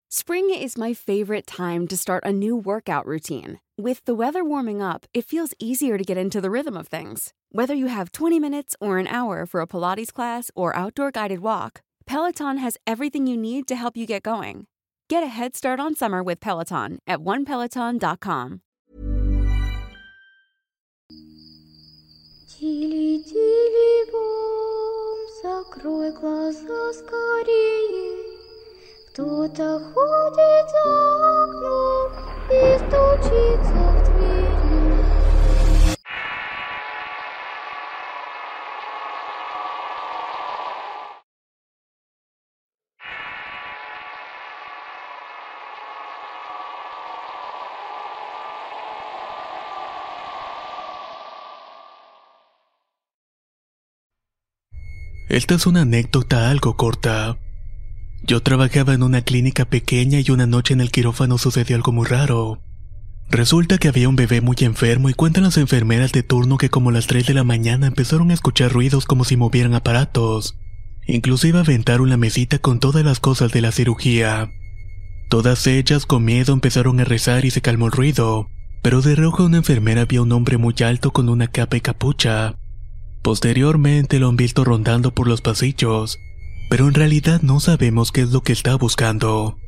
Spring is my favorite time to start a new workout routine. With the weather warming up, it feels easier to get into the rhythm of things. Whether you have 20 minutes or an hour for a Pilates class or outdoor guided walk, Peloton has everything you need to help you get going. Get a head start on summer with Peloton at onepeloton.com. Тили-тили-бом, закрой глаза скорее. Кто-то ходит за окном и стучится в двери. Esta es una anécdota algo corta. Yo trabajaba en una clínica pequeña y una noche en el quirófano sucedió algo muy raro. Resulta que había un bebé muy enfermo y cuentan las enfermeras de turno que como a las 3 de la mañana empezaron a escuchar ruidos como si movieran aparatos. Inclusive aventaron la mesita con todas las cosas de la cirugía. Todas ellas con miedo empezaron a rezar y se calmó el ruido, pero de reojo una enfermera vio a un hombre muy alto con una capa y capucha. Posteriormente lo han visto rondando por los pasillos, pero en realidad no sabemos qué es lo que está buscando.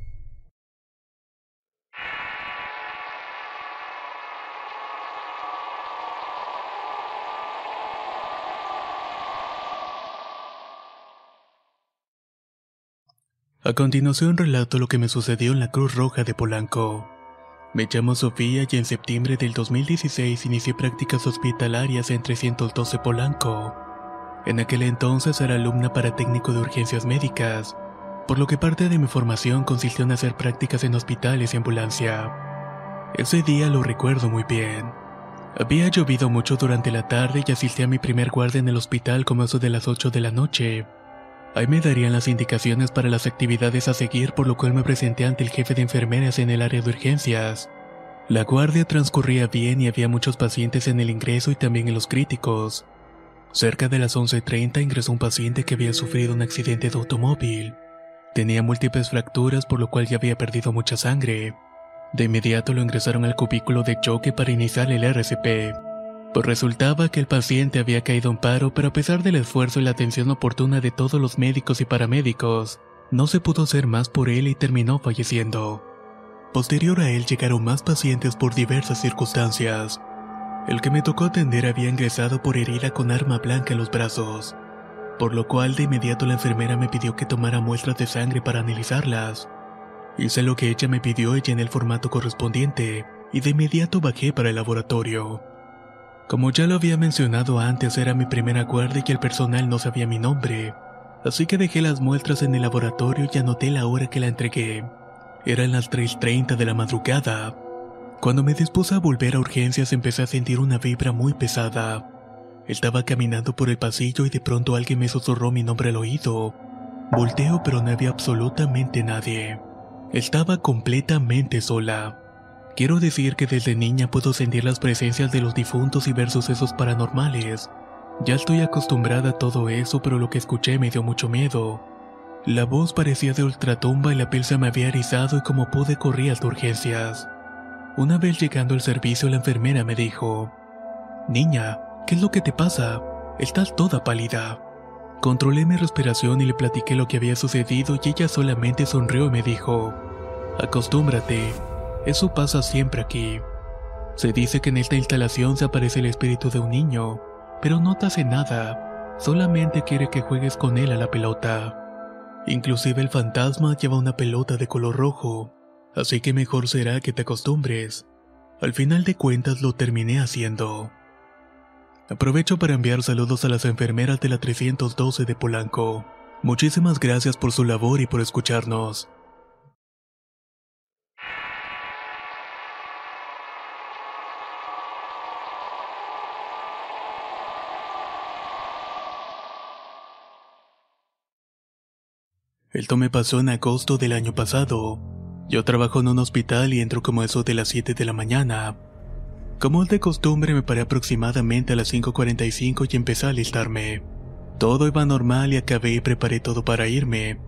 A continuación relato lo que me sucedió en la Cruz Roja de Polanco. Me llamo Sofía y en septiembre del 2016 inicié prácticas hospitalarias en 312 Polanco. En aquel entonces era alumna para técnico de urgencias médicas, por lo que parte de mi formación consistió en hacer prácticas en hospitales y ambulancia. Ese día lo recuerdo muy bien. Había llovido mucho durante la tarde y asistí a mi primer guardia en el hospital como eso de las 8 de la noche. Ahí me darían las indicaciones para las actividades a seguir, por lo cual me presenté ante el jefe de enfermeras en el área de urgencias. La guardia transcurría bien y había muchos pacientes en el ingreso y también en los críticos. Cerca de las 11:30 ingresó un paciente que había sufrido un accidente de automóvil. Tenía múltiples fracturas, por lo cual ya había perdido mucha sangre. De inmediato lo ingresaron al cubículo de choque para iniciar el RCP. Pues resultaba que el paciente había caído en paro, pero a pesar del esfuerzo y la atención oportuna de todos los médicos y paramédicos, no se pudo hacer más por él y terminó falleciendo. Posterior a él llegaron más pacientes por diversas circunstancias. El que me tocó atender había ingresado por herida con arma blanca en los brazos, por lo cual de inmediato la enfermera me pidió que tomara muestras de sangre para analizarlas. Hice lo que ella me pidió y llené el formato correspondiente, y de inmediato bajé para el laboratorio. Como ya lo había mencionado antes, era mi primera guardia y el personal no sabía mi nombre, así que dejé las muestras en el laboratorio y anoté la hora que la entregué. Eran las 3:30 de la madrugada. Cuando me dispuse a volver a urgencias empecé a sentir una vibra muy pesada. Estaba caminando por el pasillo y de pronto alguien me susurró mi nombre al oído. Volteo, pero no había absolutamente nadie. Estaba completamente sola. Quiero decir que desde niña puedo sentir las presencias de los difuntos y ver sucesos paranormales. Ya estoy acostumbrada a todo eso, pero lo que escuché me dio mucho miedo. La voz parecía de ultratumba y la piel se me había erizado y como pude corrí a las urgencias. Una vez llegando al servicio, la enfermera me dijo: «Niña, ¿qué es lo que te pasa? Estás toda pálida». Controlé mi respiración y le platiqué lo que había sucedido y ella solamente sonrió y me dijo: «Acostúmbrate, eso pasa siempre aquí. Se dice que en esta instalación se aparece el espíritu de un niño, pero no te hace nada, solamente quiere que juegues con él a la pelota. Inclusive el fantasma lleva una pelota de color rojo, así que mejor será que te acostumbres». Al final de cuentas lo terminé haciendo. Aprovecho para enviar saludos a las enfermeras de la 312 de Polanco. Muchísimas gracias por su labor y por escucharnos. Esto me pasó en agosto del año pasado. Yo trabajo en un hospital y entro como eso de las 7 de la mañana. Como es de costumbre, me paré aproximadamente a las 5:45 y empecé a alistarme. Todo iba normal y acabé y preparé todo para irme.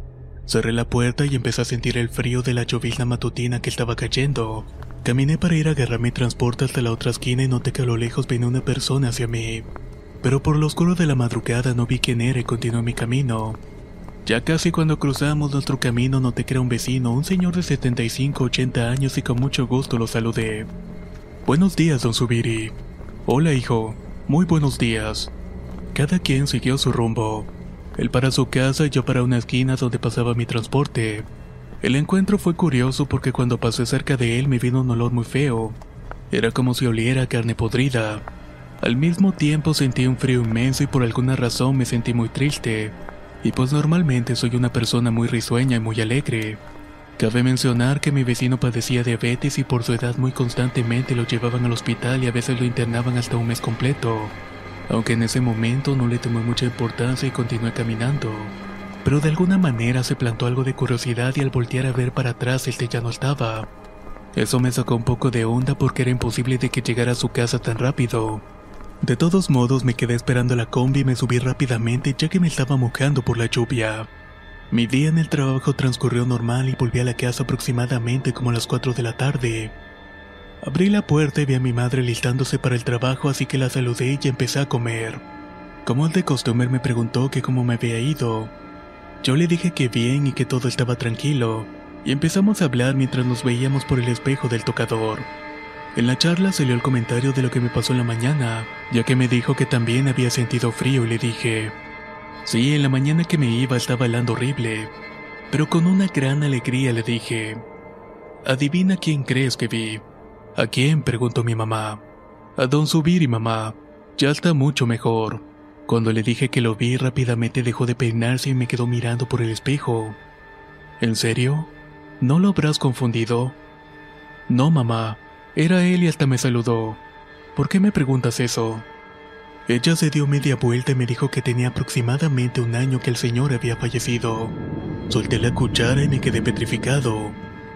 Cerré la puerta y empecé a sentir el frío de la llovizna matutina que estaba cayendo. Caminé para ir a agarrar mi transporte hasta la otra esquina y noté que a lo lejos venía una persona hacia mí. Pero por lo oscuro de la madrugada no vi quién era y continué mi camino. Ya casi cuando cruzamos nuestro camino noté que era un vecino, un señor de 75-80 años y con mucho gusto lo saludé. Buenos días, don Zubiri. Hola, hijo. Muy buenos días. Cada quien siguió su rumbo. Él para su casa y yo para una esquina donde pasaba mi transporte. El encuentro fue curioso porque cuando pasé cerca de él me vino un olor muy feo. Era como si oliera carne podrida. Al mismo tiempo sentí un frío inmenso y por alguna razón me sentí muy triste. Y pues normalmente soy una persona muy risueña y muy alegre. Cabe mencionar que mi vecino padecía diabetes y por su edad muy constantemente lo llevaban al hospital y a veces lo internaban hasta un mes completo. Aunque en ese momento no le tomé mucha importancia y continué caminando. Pero de alguna manera se plantó algo de curiosidad y al voltear a ver para atrás él ya no estaba. Eso me sacó un poco de onda porque era imposible de que llegara a su casa tan rápido. De todos modos me quedé esperando la combi y me subí rápidamente ya que me estaba mojando por la lluvia. Mi día en el trabajo transcurrió normal y volví a la casa aproximadamente como a las 4 de la tarde. Abrí la puerta y vi a mi madre listándose para el trabajo, así que la saludé y empecé a comer. Como el de costumbre me preguntó que cómo me había ido. Yo le dije que bien y que todo estaba tranquilo, y empezamos a hablar mientras nos veíamos por el espejo del tocador. En la charla salió el comentario de lo que me pasó en la mañana, ya que me dijo que también había sentido frío y le dije, sí, en la mañana que me iba estaba helando horrible, pero con una gran alegría le dije, adivina quién crees que vi. ¿A quién?, preguntó mi mamá. A don Zubiri, mamá, ya está mucho mejor. Cuando le dije que lo vi, rápidamente dejó de peinarse y me quedó mirando por el espejo. ¿En serio? ¿No lo habrás confundido? No, mamá, era él y hasta me saludó. ¿Por qué me preguntas eso? Ella se dio media vuelta y me dijo que tenía aproximadamente un año que el señor había fallecido. Solté la cuchara y me quedé petrificado.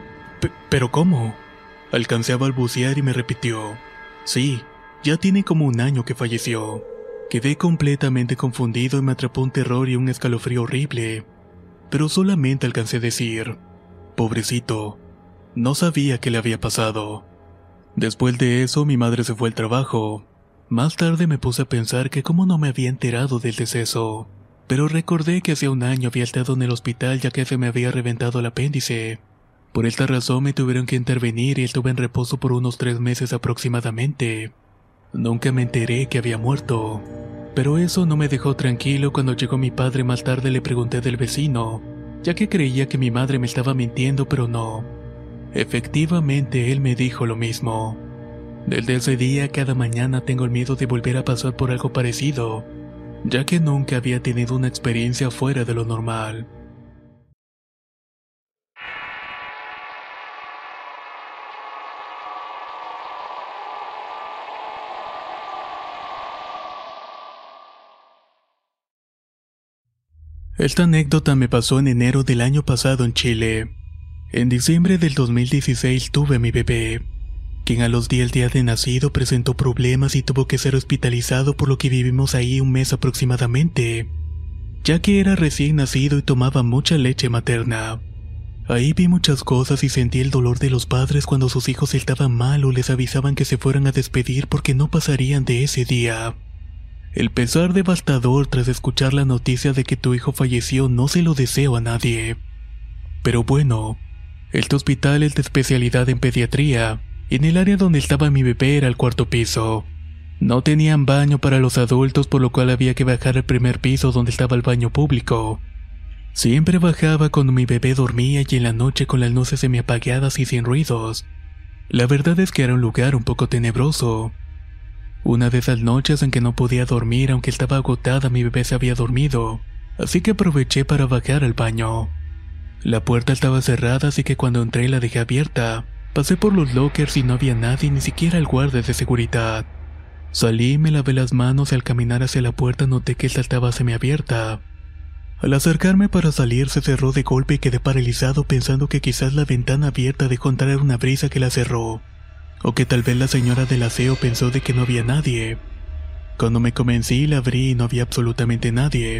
¿Pero cómo? Alcancé a balbucear y me repitió. Sí, ya tiene como un año que falleció. Quedé completamente confundido y me atrapó un terror y un escalofrío horrible. Pero solamente alcancé a decir, pobrecito, no sabía qué le había pasado. Después de eso mi madre se fue al trabajo. Más tarde me puse a pensar que cómo no me había enterado del deceso. Pero recordé que hacía un año había estado en el hospital ya que se me había reventado el apéndice. Por esta razón me tuvieron que intervenir y estuve en reposo por unos 3 meses aproximadamente. Nunca me enteré que había muerto. Pero eso no me dejó tranquilo. Cuando llegó mi padre más tarde le pregunté del vecino, ya que creía que mi madre me estaba mintiendo, pero no. Efectivamente, él me dijo lo mismo. Desde ese día, cada mañana tengo el miedo de volver a pasar por algo parecido, ya que nunca había tenido una experiencia fuera de lo normal. Esta anécdota me pasó en enero del año pasado en Chile. En diciembre del 2016 tuve a mi bebé, quien a los 10 días de nacido presentó problemas y tuvo que ser hospitalizado, por lo que vivimos ahí un mes aproximadamente, ya que era recién nacido y tomaba mucha leche materna. Ahí vi muchas cosas y sentí el dolor de los padres cuando sus hijos estaban mal o les avisaban que se fueran a despedir porque no pasarían de ese día. El pesar devastador tras escuchar la noticia de que tu hijo falleció no se lo deseo a nadie. Pero bueno, este hospital es de especialidad en pediatría, y en el área donde estaba mi bebé era el 4º piso. No tenían baño para los adultos, por lo cual había que bajar al primer piso donde estaba el baño público. Siempre bajaba cuando mi bebé dormía y en la noche con las luces semiapagadas y sin ruidos. La verdad es que era un lugar un poco tenebroso. Una de esas noches en que no podía dormir, aunque estaba agotada, mi bebé se había dormido, así que aproveché para bajar al baño. La puerta estaba cerrada, así que cuando entré la dejé abierta. Pasé por los lockers y no había nadie, ni siquiera el guardia de seguridad. Salí y me lavé las manos y al caminar hacia la puerta noté que esta estaba semiabierta. Al acercarme para salir se cerró de golpe y quedé paralizado pensando que quizás la ventana abierta dejó entrar una brisa que la cerró. O que tal vez la señora del aseo pensó de que no había nadie. Cuando me convencí la abrí y no había absolutamente nadie.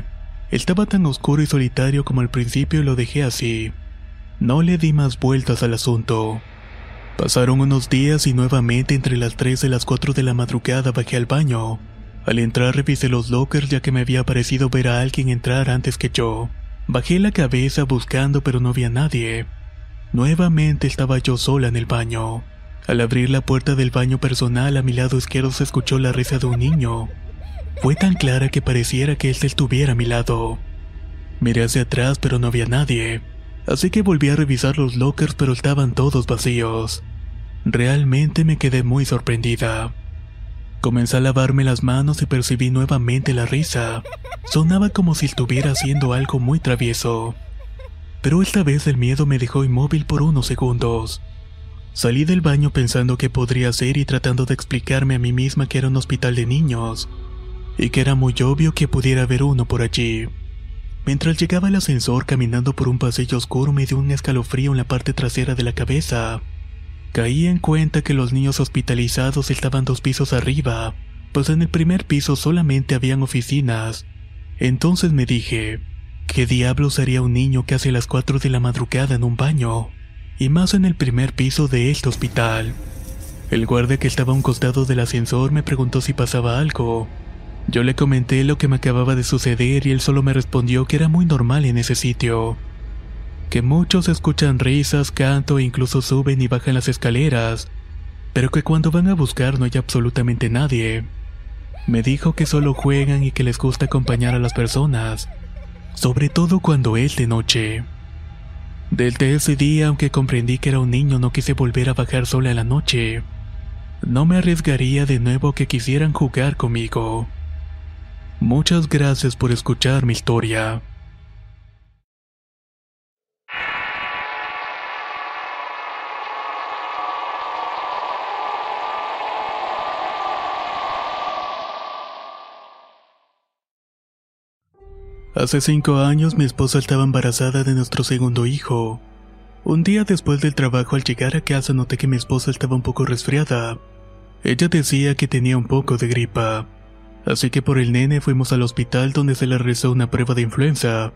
Estaba tan oscuro y solitario como al principio y lo dejé así. No le di más vueltas al asunto. Pasaron unos días y nuevamente entre las 3 y las 4 de la madrugada bajé al baño. Al entrar revisé los lockers ya que me había parecido ver a alguien entrar antes que yo. Bajé la cabeza buscando pero no vi a nadie. Nuevamente estaba yo sola en el baño. Al abrir la puerta del baño personal a mi lado izquierdo se escuchó la risa de un niño. Fue tan clara que pareciera que él estuviera a mi lado. Miré hacia atrás pero no había nadie, así que volví a revisar los lockers pero estaban todos vacíos. Realmente me quedé muy sorprendida. Comencé a lavarme las manos y percibí nuevamente la risa. Sonaba como si estuviera haciendo algo muy travieso. Pero esta vez el miedo me dejó inmóvil por unos segundos. Salí del baño pensando qué podría ser y tratando de explicarme a mí misma que era un hospital de niños y que era muy obvio que pudiera haber uno por allí. Mientras llegaba el ascensor caminando por un pasillo oscuro me dio un escalofrío en la parte trasera de la cabeza. Caí en cuenta que los niños hospitalizados estaban 2 pisos arriba, pues en el primer piso solamente habían oficinas. Entonces me dije, ¿qué diablos haría un niño casi a las 4 de la madrugada en un baño? Y más en el primer piso de este hospital. El guardia que estaba a un costado del ascensor me preguntó si pasaba algo. Yo le comenté lo que me acababa de suceder y él solo me respondió que era muy normal en ese sitio. Que muchos escuchan risas, canto e incluso suben y bajan las escaleras, pero que cuando van a buscar no hay absolutamente nadie. Me dijo que solo juegan y que les gusta acompañar a las personas, sobre todo cuando es de noche. Desde ese día, aunque comprendí que era un niño, no quise volver a bajar sola en la noche. No me arriesgaría de nuevo a que quisieran jugar conmigo. Muchas gracias por escuchar mi historia. Hace 5 años mi esposa estaba embarazada de nuestro segundo hijo. Un día después del trabajo al llegar a casa noté que mi esposa estaba un poco resfriada. Ella decía que tenía un poco de gripa. Así que por el nene fuimos al hospital donde se le realizó una prueba de influenza,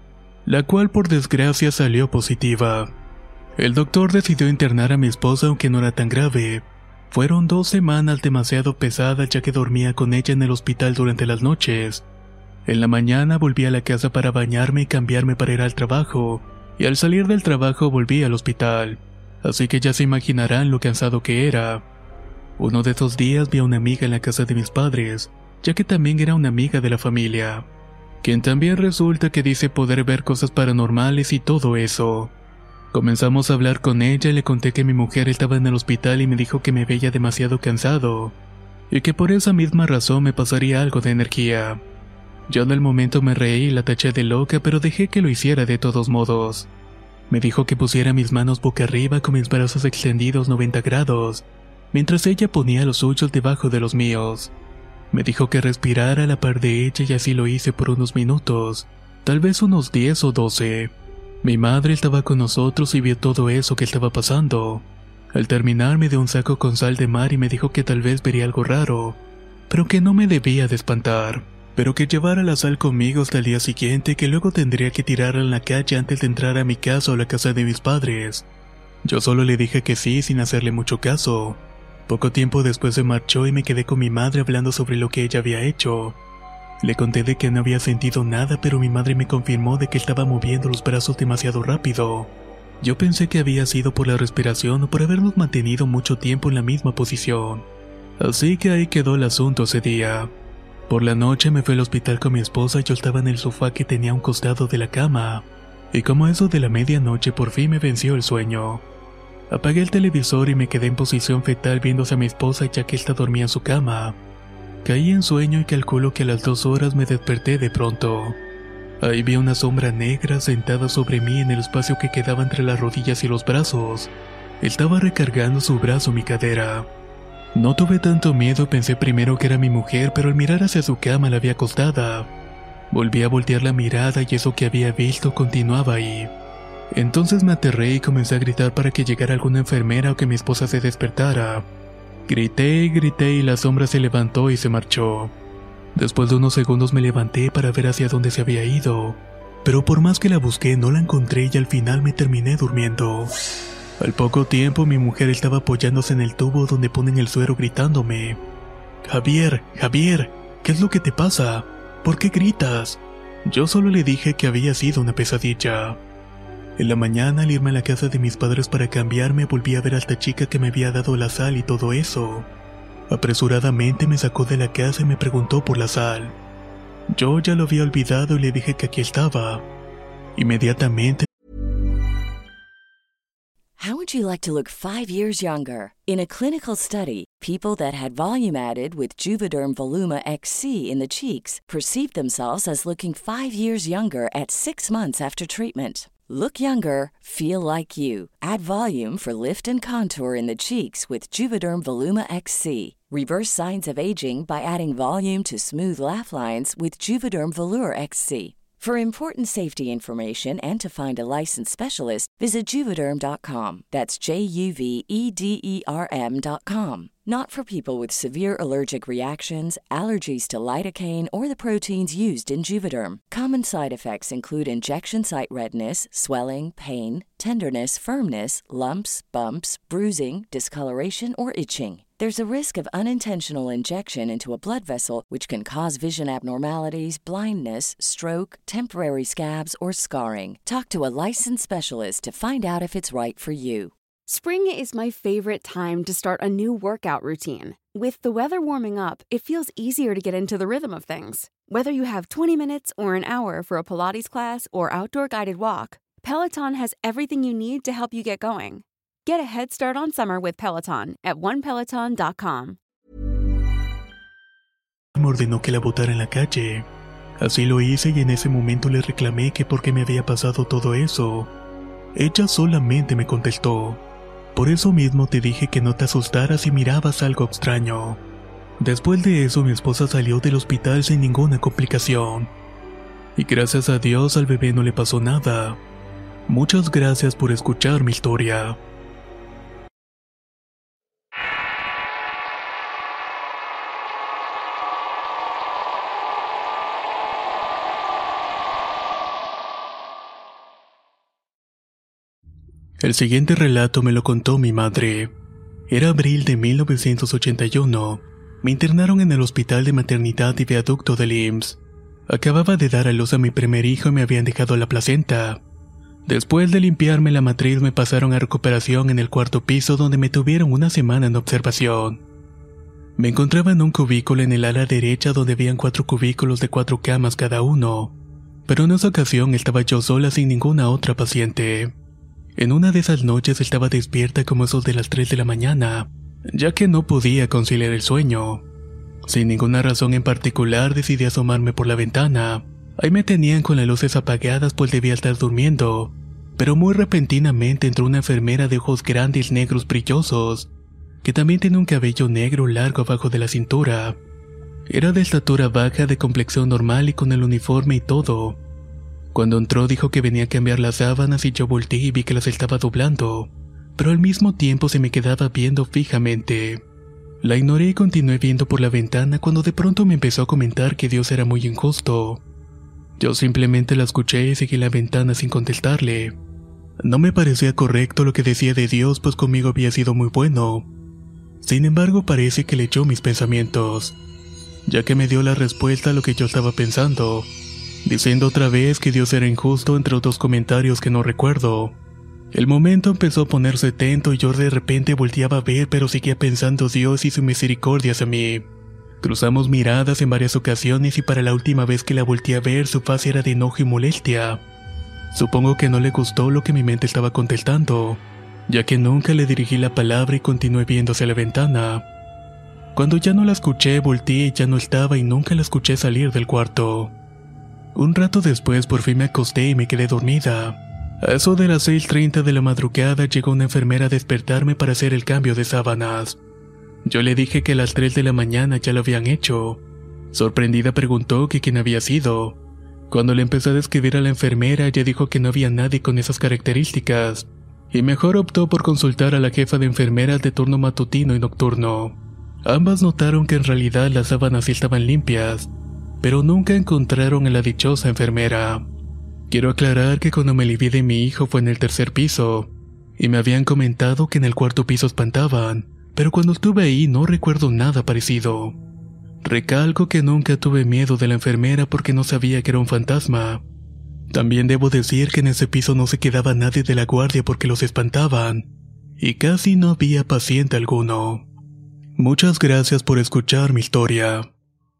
la cual por desgracia salió positiva. El doctor decidió internar a mi esposa aunque no era tan grave. Fueron 2 semanas demasiado pesadas ya que dormía con ella en el hospital durante las noches. En la mañana volví a la casa para bañarme y cambiarme para ir al trabajo, y al salir del trabajo volví al hospital, así que ya se imaginarán lo cansado que era. Uno de esos días vi a una amiga en la casa de mis padres, ya que también era una amiga de la familia, quien también resulta que dice poder ver cosas paranormales y todo eso. Comenzamos a hablar con ella y le conté que mi mujer estaba en el hospital y me dijo que me veía demasiado cansado, y que por esa misma razón me pasaría algo de energía. Yo en el momento me reí y la taché de loca, pero dejé que lo hiciera de todos modos. Me dijo que pusiera mis manos boca arriba con mis brazos extendidos 90 grados, mientras ella ponía los suyos debajo de los míos. Me dijo que respirara a la par de ella y así lo hice por unos minutos, tal vez unos 10 o 12. Mi madre estaba con nosotros y vio todo eso que estaba pasando. Al terminar me dio un saco con sal de mar y me dijo que tal vez vería algo raro, pero que no me debía de espantar, pero que llevara la sal conmigo hasta el día siguiente y que luego tendría que tirarla en la calle antes de entrar a mi casa o la casa de mis padres. Yo solo le dije que sí sin hacerle mucho caso. Poco tiempo después se marchó y me quedé con mi madre hablando sobre lo que ella había hecho. Le conté de que no había sentido nada, pero mi madre me confirmó de que estaba moviendo los brazos demasiado rápido. Yo pensé que había sido por la respiración o por habernos mantenido mucho tiempo en la misma posición. Así que ahí quedó el asunto ese día. Por la noche me fui al hospital con mi esposa y yo estaba en el sofá que tenía a un costado de la cama. Y como eso de la medianoche por fin me venció el sueño. Apagué el televisor y me quedé en posición fetal viéndose a mi esposa ya que ésta dormía en su cama. Caí en sueño y calculo que a las 2 horas me desperté de pronto. Ahí vi una sombra negra sentada sobre mí en el espacio que quedaba entre las rodillas y los brazos. Estaba recargando su brazo en mi cadera. No tuve tanto miedo, pensé primero que era mi mujer, pero al mirar hacia su cama la vi acostada. Volví a voltear la mirada y eso que había visto continuaba ahí. Entonces me aterré y comencé a gritar para que llegara alguna enfermera o que mi esposa se despertara. Grité y la sombra se levantó y se marchó. Después de unos segundos me levanté para ver hacia dónde se había ido, pero por más que la busqué no la encontré y al final me terminé durmiendo. Al poco tiempo mi mujer estaba apoyándose en el tubo donde ponen el suero gritándome: Javier, Javier, ¿qué es lo que te pasa? ¿Por qué gritas? Yo solo le dije que había sido una pesadilla. En la mañana, al irme a la casa de mis padres para cambiarme, volví a ver a esta chica que me había dado la sal y todo eso. Apresuradamente me sacó de la casa y me preguntó por la sal. Yo ya lo había olvidado y le dije que aquí estaba. Inmediatamente. How would you like to look 5 years younger? In a clinical study, people that had volume added with Juvederm Voluma XC in the cheeks perceived themselves as looking 5 years younger at 6 months after treatment. Look younger, feel like you. Add volume for lift and contour in the cheeks with Juvederm Voluma XC. Reverse signs of aging by adding volume to smooth laugh lines with Juvederm Volure XC. For important safety information and to find a licensed specialist, visit Juvederm.com. That's JUVEDERM.com. Not for people with severe allergic reactions, allergies to lidocaine, or the proteins used in Juvederm. Common side effects include injection site redness, swelling, pain, tenderness, firmness, lumps, bumps, bruising, discoloration, or itching. There's a risk of unintentional injection into a blood vessel, which can cause vision abnormalities, blindness, stroke, temporary scabs, or scarring. Talk to a licensed specialist to find out if it's right for you. Spring is my favorite time to start a new workout routine. With the weather warming up, it feels easier to get into the rhythm of things. Whether you have 20 minutes or an hour for a Pilates class or outdoor guided walk, Peloton has everything you need to help you get going. Get a head start on summer with Peloton at onepeloton.com. Me ordenó que la botara en la calle. Así lo hice y en ese momento le reclamé que por qué me había pasado todo eso. Ella solamente me contestó: por eso mismo te dije que no te asustaras si mirabas algo extraño. Después de eso mi esposa salió del hospital sin ninguna complicación. Y gracias a Dios al bebé no le pasó nada. Muchas gracias por escuchar mi historia. El siguiente relato me lo contó mi madre. Era abril de 1981. Me internaron en el hospital de maternidad y viaducto del IMSS. Acababa de dar a luz a mi primer hijo y me habían dejado la placenta. Después de limpiarme la matriz me pasaron a recuperación en el cuarto piso donde me tuvieron una semana en observación. Me encontraba en un cubículo en el ala derecha donde habían 4 cubículos de 4 camas cada uno. Pero en esa ocasión estaba yo sola sin ninguna otra paciente. En una de esas noches estaba despierta como esos de las 3 de la mañana, ya que no podía conciliar el sueño. Sin ninguna razón en particular decidí asomarme por la ventana. Ahí me tenían con las luces apagadas pues debía estar durmiendo, pero muy repentinamente entró una enfermera de ojos grandes negros brillosos, que también tenía un cabello negro largo abajo de la cintura. Era de estatura baja, de complexión normal y con el uniforme y todo. Cuando entró dijo que venía a cambiar las sábanas y yo volteé y vi que las estaba doblando, pero al mismo tiempo se me quedaba viendo fijamente. La ignoré y continué viendo por la ventana cuando de pronto me empezó a comentar que Dios era muy injusto. Yo simplemente la escuché y seguí la ventana sin contestarle. No me parecía correcto lo que decía de Dios, pues conmigo había sido muy bueno. Sin embargo, parece que leyó mis pensamientos, ya que me dio la respuesta a lo que yo estaba pensando, diciendo otra vez que Dios era injusto entre otros comentarios que no recuerdo. El momento empezó a ponerse tenso y yo de repente volteaba a ver, pero seguía pensando Dios y su misericordia hacia mí. Cruzamos miradas en varias ocasiones y para la última vez que la volteé a ver su faz era de enojo y molestia. Supongo que no le gustó lo que mi mente estaba contestando, ya que nunca le dirigí la palabra y continué viendo hacia la ventana. Cuando ya no la escuché, volteé y ya no estaba y nunca la escuché salir del cuarto. Un rato después por fin me acosté y me quedé dormida. A eso de las 6:30 de la madrugada llegó una enfermera a despertarme para hacer el cambio de sábanas. Yo le dije que a las 3 de la mañana ya lo habían hecho. Sorprendida preguntó que quién había sido. Cuando le empecé a describir a la enfermera, ella dijo que no había nadie con esas características, y mejor optó por consultar a la jefa de enfermeras de turno matutino y nocturno. Ambas notaron que en realidad las sábanas sí estaban limpias, pero nunca encontraron a la dichosa enfermera. Quiero aclarar que cuando me alivié de mi hijo fue en el 3er piso, y me habían comentado que en el 4º piso espantaban, pero cuando estuve ahí no recuerdo nada parecido. Recalco que nunca tuve miedo de la enfermera porque no sabía que era un fantasma. También debo decir que en ese piso no se quedaba nadie de la guardia porque los espantaban, y casi no había paciente alguno. Muchas gracias por escuchar mi historia.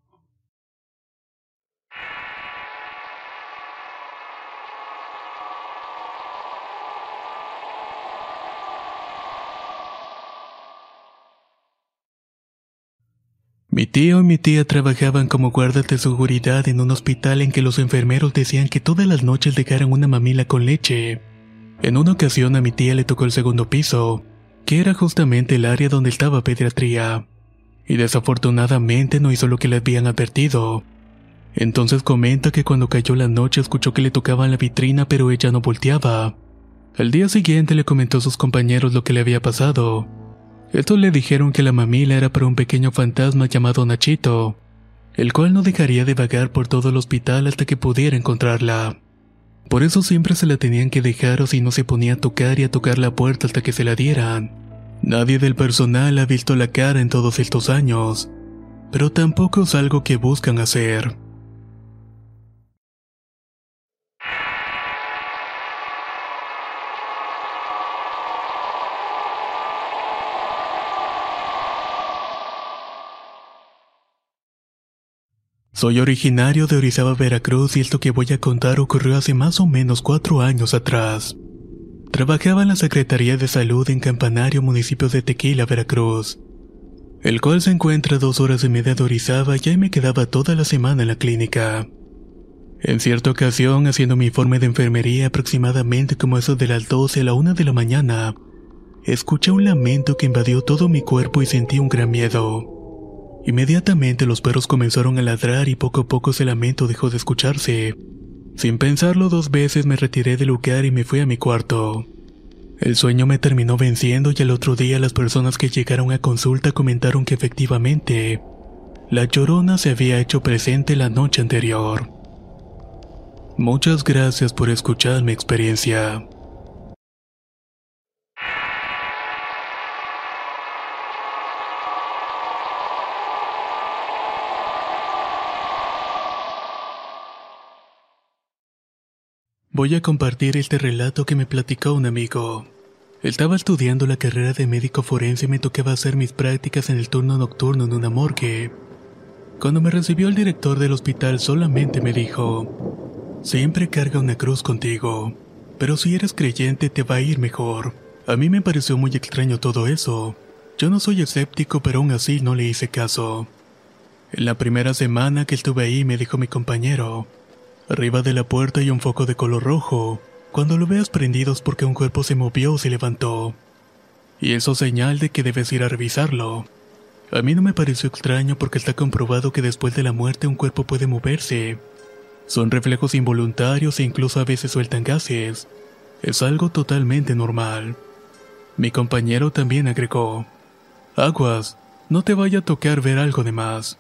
Mi tío y mi tía trabajaban como guardas de seguridad en un hospital en que los enfermeros decían que todas las noches dejaran una mamila con leche. En una ocasión a mi tía le tocó el 2º piso, que era justamente el área donde estaba pediatría, y desafortunadamente no hizo lo que le habían advertido. Entonces comenta que cuando cayó la noche escuchó que le tocaban la vitrina pero ella no volteaba. Al día siguiente le comentó a sus compañeros lo que le había pasado. Estos le dijeron que la mamila era para un pequeño fantasma llamado Nachito, el cual no dejaría de vagar por todo el hospital hasta que pudiera encontrarla. Por eso siempre se la tenían que dejar o si no se ponía a tocar y a tocar la puerta hasta que se la dieran. Nadie del personal ha visto la cara en todos estos años, pero tampoco es algo que buscan hacer. Soy originario de Orizaba, Veracruz, y esto que voy a contar ocurrió hace más o menos 4 años atrás. Trabajaba en la Secretaría de Salud en Campanario, municipio de Tequila, Veracruz, el cual se encuentra a 2 horas y media de Orizaba, y ahí me quedaba toda la semana en la clínica. En cierta ocasión, haciendo mi informe de enfermería aproximadamente como eso de las 12 a la 1 de la mañana, escuché un lamento que invadió todo mi cuerpo y sentí un gran miedo. Inmediatamente los perros comenzaron a ladrar y poco a poco ese lamento dejó de escucharse. Sin pensarlo 2 veces me retiré del lugar y me fui a mi cuarto. El sueño me terminó venciendo y al otro día las personas que llegaron a consulta comentaron que efectivamente, la Llorona se había hecho presente la noche anterior. Muchas gracias por escuchar mi experiencia. Voy a compartir este relato que me platicó un amigo. Estaba estudiando la carrera de médico forense y me tocaba hacer mis prácticas en el turno nocturno en una morgue. Cuando me recibió el director del hospital solamente me dijo: siempre carga una cruz contigo, pero si eres creyente te va a ir mejor. A mí me pareció muy extraño todo eso. Yo no soy escéptico, pero aún así no le hice caso. En la primera semana que estuve ahí me dijo mi compañero: arriba de la puerta hay un foco de color rojo. Cuando lo veas prendido es porque un cuerpo se movió o se levantó. Y eso es señal de que debes ir a revisarlo. A mí no me pareció extraño porque está comprobado que después de la muerte un cuerpo puede moverse. Son reflejos involuntarios e incluso a veces sueltan gases. Es algo totalmente normal. Mi compañero también agregó: aguas, no te vaya a tocar ver algo de más.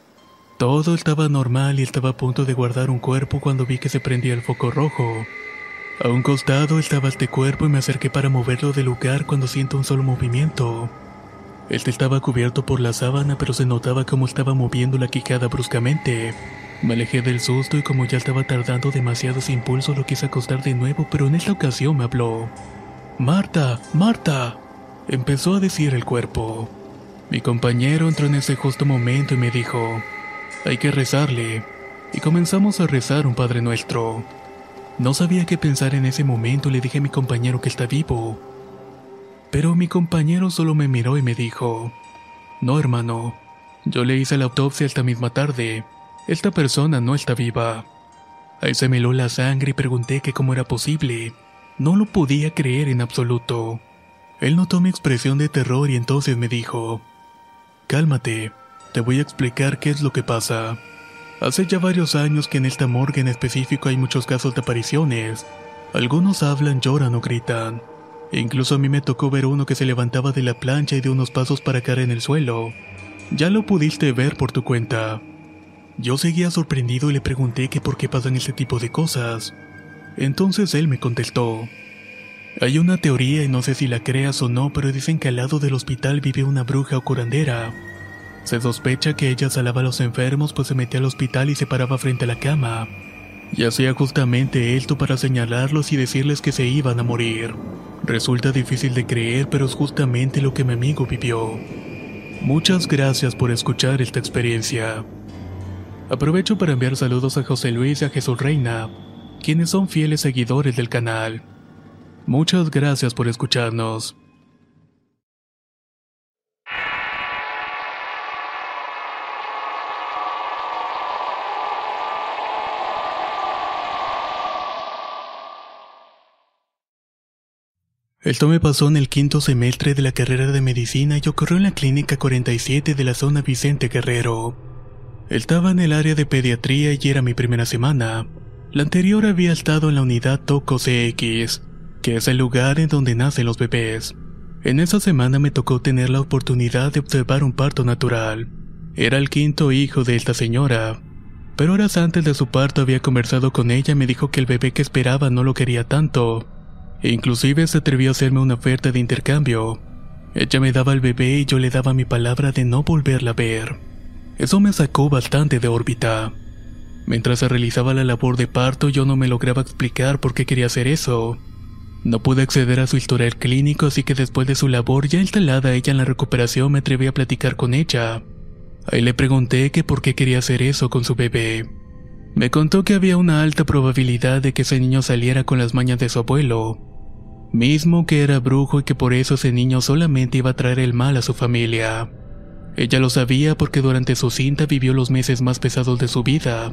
Todo estaba normal y estaba a punto de guardar un cuerpo cuando vi que se prendía el foco rojo. A un costado estaba este cuerpo y me acerqué para moverlo del lugar cuando siento un solo movimiento. Este estaba cubierto por la sábana, pero se notaba cómo estaba moviendo la quijada bruscamente. Me alejé del susto y como ya estaba tardando demasiados impulsos lo quise acostar de nuevo, pero en esta ocasión me habló. «Marta, Marta», empezó a decir el cuerpo. Mi compañero entró en ese justo momento y me dijo: «Hay que rezarle», y comenzamos a rezar un Padre Nuestro. No sabía qué pensar en ese momento y le dije a mi compañero que está vivo. Pero mi compañero solo me miró y me dijo: «No, hermano, yo le hice la autopsia esta misma tarde. Esta persona no está viva». Ahí se me heló la sangre y pregunté que cómo era posible. No lo podía creer en absoluto. Él notó mi expresión de terror y entonces me dijo: «Cálmate, te voy a explicar qué es lo que pasa. Hace ya varios años que en esta morgue en específico hay muchos casos de apariciones. Algunos hablan, lloran o gritan. E incluso a mí me tocó ver uno que se levantaba de la plancha y dio unos pasos para caer en el suelo. Ya lo pudiste ver por tu cuenta. Yo seguía sorprendido y le pregunté que por qué pasan ese tipo de cosas. Entonces él me contestó: hay una teoría y no sé si la creas o no, pero dicen que al lado del hospital vive una bruja o curandera. Se sospecha que ella salaba a los enfermos, pues se metía al hospital y se paraba frente a la cama. Y hacía justamente esto para señalarlos y decirles que se iban a morir. Resulta difícil de creer, pero es justamente lo que mi amigo vivió. Muchas gracias por escuchar esta experiencia. Aprovecho para enviar saludos a José Luis y a Jesús Reina, quienes son fieles seguidores del canal. Muchas gracias por escucharnos. Esto me pasó en el 5º semestre de la carrera de medicina y ocurrió en la clínica 47 de la zona Vicente Guerrero. Estaba en el área de pediatría y era mi primera semana. La anterior había estado en la unidad Toco CX, que es el lugar en donde nacen los bebés. En esa semana me tocó tener la oportunidad de observar un parto natural. Era el 5º hijo de esta señora. Pero horas antes de su parto había conversado con ella y me dijo que el bebé que esperaba no lo quería tanto. Inclusive se atrevió a hacerme una oferta de intercambio. Ella me daba el bebé y yo le daba mi palabra de no volverla a ver. Eso me sacó bastante de órbita. Mientras se realizaba la labor de parto, yo no me lograba explicar por qué quería hacer eso. No pude acceder a su historial clínico, así que después de su labor ya instalada ella en la recuperación me atreví a platicar con ella. Ahí le pregunté que por qué quería hacer eso con su bebé. Me contó que había una alta probabilidad de que ese niño saliera con las mañas de su abuelo, mismo que era brujo y que por eso ese niño solamente iba a traer el mal a su familia. Ella lo sabía porque durante su cinta vivió los meses más pesados de su vida.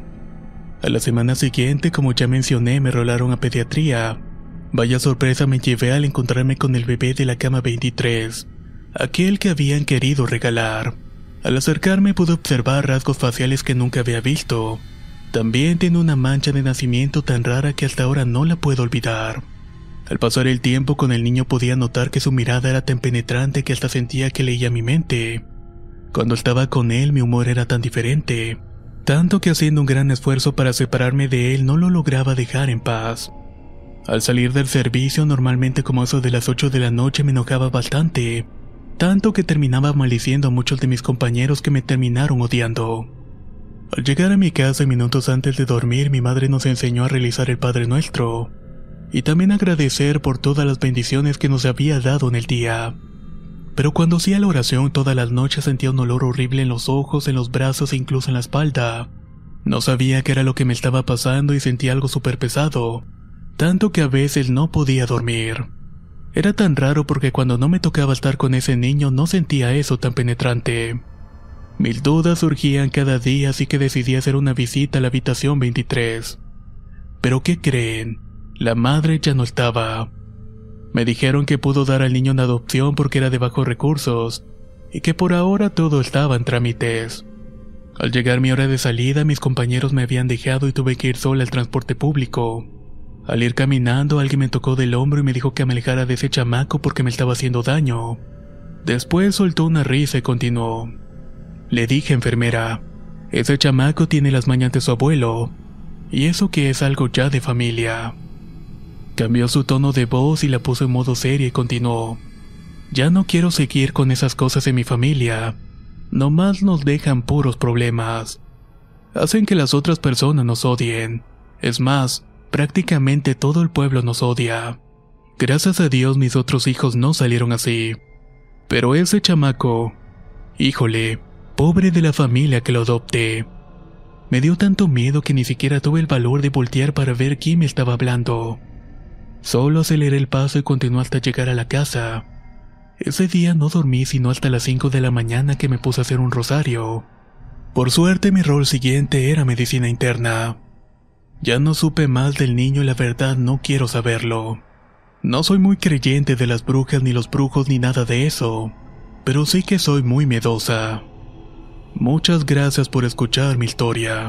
A la semana siguiente, como ya mencioné, me rolaron a pediatría. Vaya sorpresa me llevé al encontrarme con el bebé de la cama 23, aquel que habían querido regalar. Al acercarme pude observar rasgos faciales que nunca había visto. También tiene una mancha de nacimiento tan rara que hasta ahora no la puedo olvidar. Al pasar el tiempo con el niño podía notar que su mirada era tan penetrante que hasta sentía que leía mi mente. Cuando estaba con él mi humor era tan diferente, tanto que haciendo un gran esfuerzo para separarme de él no lo lograba dejar en paz. Al salir del servicio, normalmente como eso de las 8 de la noche, me enojaba bastante, tanto que terminaba maldiciendo a muchos de mis compañeros que me terminaron odiando. Al llegar a mi casa minutos antes de dormir, mi madre nos enseñó a realizar el Padre Nuestro y también agradecer por todas las bendiciones que nos había dado en el día. Pero cuando hacía la oración todas las noches sentía un olor horrible en los ojos, en los brazos e incluso en la espalda. No sabía qué era lo que me estaba pasando y sentía algo súper pesado, tanto que a veces no podía dormir. Era tan raro porque cuando no me tocaba estar con ese niño no sentía eso tan penetrante. Mil dudas surgían cada día, así que decidí hacer una visita a la habitación 23. ¿Pero qué creen? La madre ya no estaba. Me dijeron que pudo dar al niño en adopción porque era de bajos recursos y que por ahora todo estaba en trámites. Al llegar mi hora de salida, mis compañeros me habían dejado y tuve que ir sola al transporte público. Al ir caminando, alguien me tocó del hombro y me dijo que me alejara de ese chamaco porque me estaba haciendo daño. Después soltó una risa y continuó. Le dije, enfermera, ese chamaco tiene las mañas de su abuelo, y eso que es algo ya de familia. Cambió su tono de voz y la puso en modo seria y continuó. Ya no quiero seguir con esas cosas en mi familia. Nomás nos dejan puros problemas. Hacen que las otras personas nos odien. Es más, prácticamente todo el pueblo nos odia. Gracias a Dios mis otros hijos no salieron así. Pero ese chamaco, híjole, pobre de la familia que lo adopté. Me dio tanto miedo que ni siquiera tuve el valor de voltear para ver quién me estaba hablando. Solo aceleré el paso y continué hasta llegar a la casa. Ese día no dormí sino hasta las 5 de la mañana que me puse a hacer un rosario. Por suerte mi rol siguiente era medicina interna. Ya no supe más del niño y la verdad no quiero saberlo. No soy muy creyente de las brujas ni los brujos ni nada de eso, pero sí que soy muy miedosa. Muchas gracias por escuchar mi historia.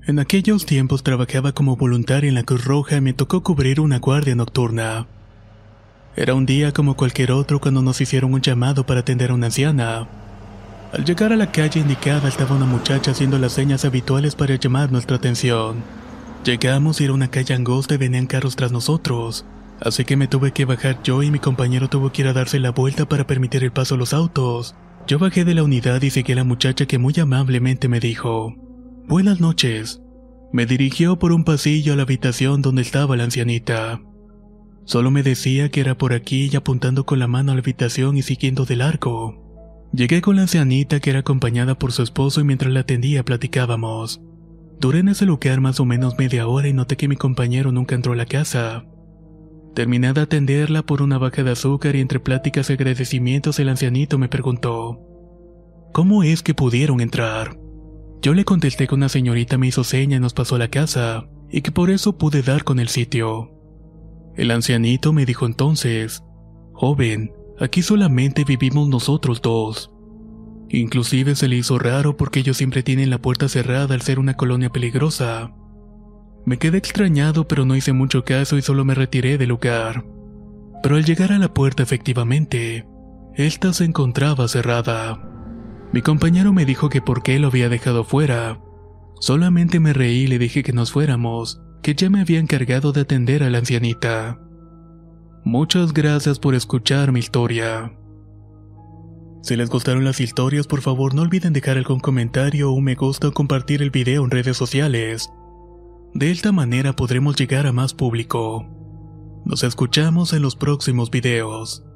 En aquellos tiempos trabajaba como voluntaria en la Cruz Roja y me tocó cubrir una guardia nocturna. Era un día como cualquier otro cuando nos hicieron un llamado para atender a una anciana. Al llegar a la calle indicada estaba una muchacha haciendo las señas habituales para llamar nuestra atención. Llegamos y era una calle angosta y venían carros tras nosotros, así que me tuve que bajar yo y mi compañero tuvo que ir a darse la vuelta para permitir el paso a los autos. Yo bajé de la unidad y seguí a la muchacha que muy amablemente me dijo: «Buenas noches». Me dirigió por un pasillo a la habitación donde estaba la ancianita. Solo me decía que era por aquí y apuntando con la mano a la habitación y siguiendo de largo. Llegué con la ancianita que era acompañada por su esposo y mientras la atendía platicábamos. Duré en ese lugar más o menos media hora y noté que mi compañero nunca entró a la casa. Terminé de atenderla por una baja de azúcar y entre pláticas y agradecimientos el ancianito me preguntó: «¿Cómo es que pudieron entrar?». Yo le contesté que una señorita me hizo seña y nos pasó a la casa, y que por eso pude dar con el sitio. El ancianito me dijo entonces: «Joven, aquí solamente vivimos nosotros dos». Inclusive se le hizo raro porque ellos siempre tienen la puerta cerrada al ser una colonia peligrosa. Me quedé extrañado pero no hice mucho caso y solo me retiré del lugar. Pero al llegar a la puerta efectivamente, esta se encontraba cerrada. Mi compañero me dijo que por qué lo había dejado fuera. Solamente me reí y le dije que nos fuéramos, que ya me había encargado de atender a la ancianita. Muchas gracias por escuchar mi historia. Si les gustaron las historias, por favor no olviden dejar algún comentario o un me gusta o compartir el video en redes sociales. De esta manera podremos llegar a más público. Nos escuchamos en los próximos videos.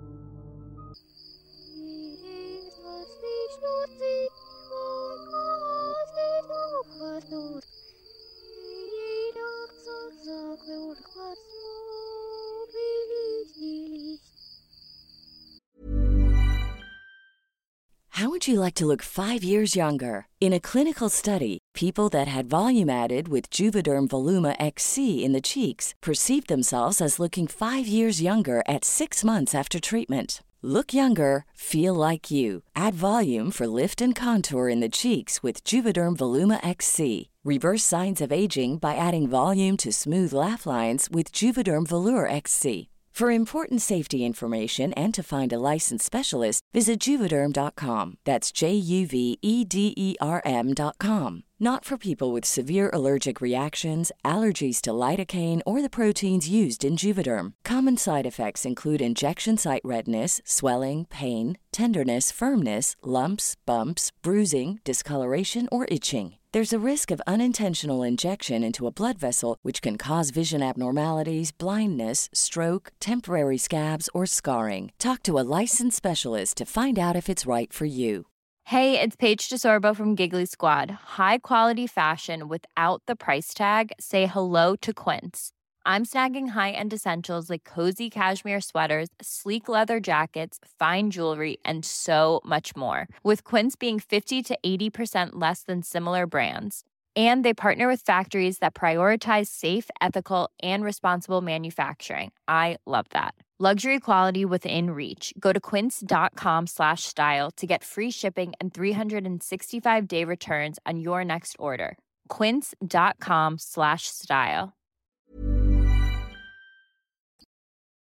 How would you like to look 5 years younger? In a clinical study, people that had volume added with Juvederm Voluma XC in the cheeks perceived themselves as looking 5 years younger at 6 months after treatment. Look younger, feel like you. Add volume for lift and contour in the cheeks with Juvederm Voluma XC. Reverse signs of aging by adding volume to smooth laugh lines with Juvederm Volure XC. For important safety information and to find a licensed specialist, visit Juvederm.com. That's JUVEDERM.com. Not for people with severe allergic reactions, allergies to lidocaine, or the proteins used in Juvederm. Common side effects include injection site redness, swelling, pain, tenderness, firmness, lumps, bumps, bruising, discoloration, or itching. There's a risk of unintentional injection into a blood vessel, which can cause vision abnormalities, blindness, stroke, temporary scabs, or scarring. Talk to a licensed specialist to find out if it's right for you. Hey, it's Paige DeSorbo from Giggly Squad. High quality fashion without the price tag. Say hello to Quince. I'm snagging high-end essentials like cozy cashmere sweaters, sleek leather jackets, fine jewelry, and so much more. With Quince being 50 to 80% less than similar brands. And they partner with factories that prioritize safe, ethical, and responsible manufacturing. I love that. Luxury quality within reach. Go to quince.com/style to get free shipping and 365-day returns on your next order. Quince.com/style.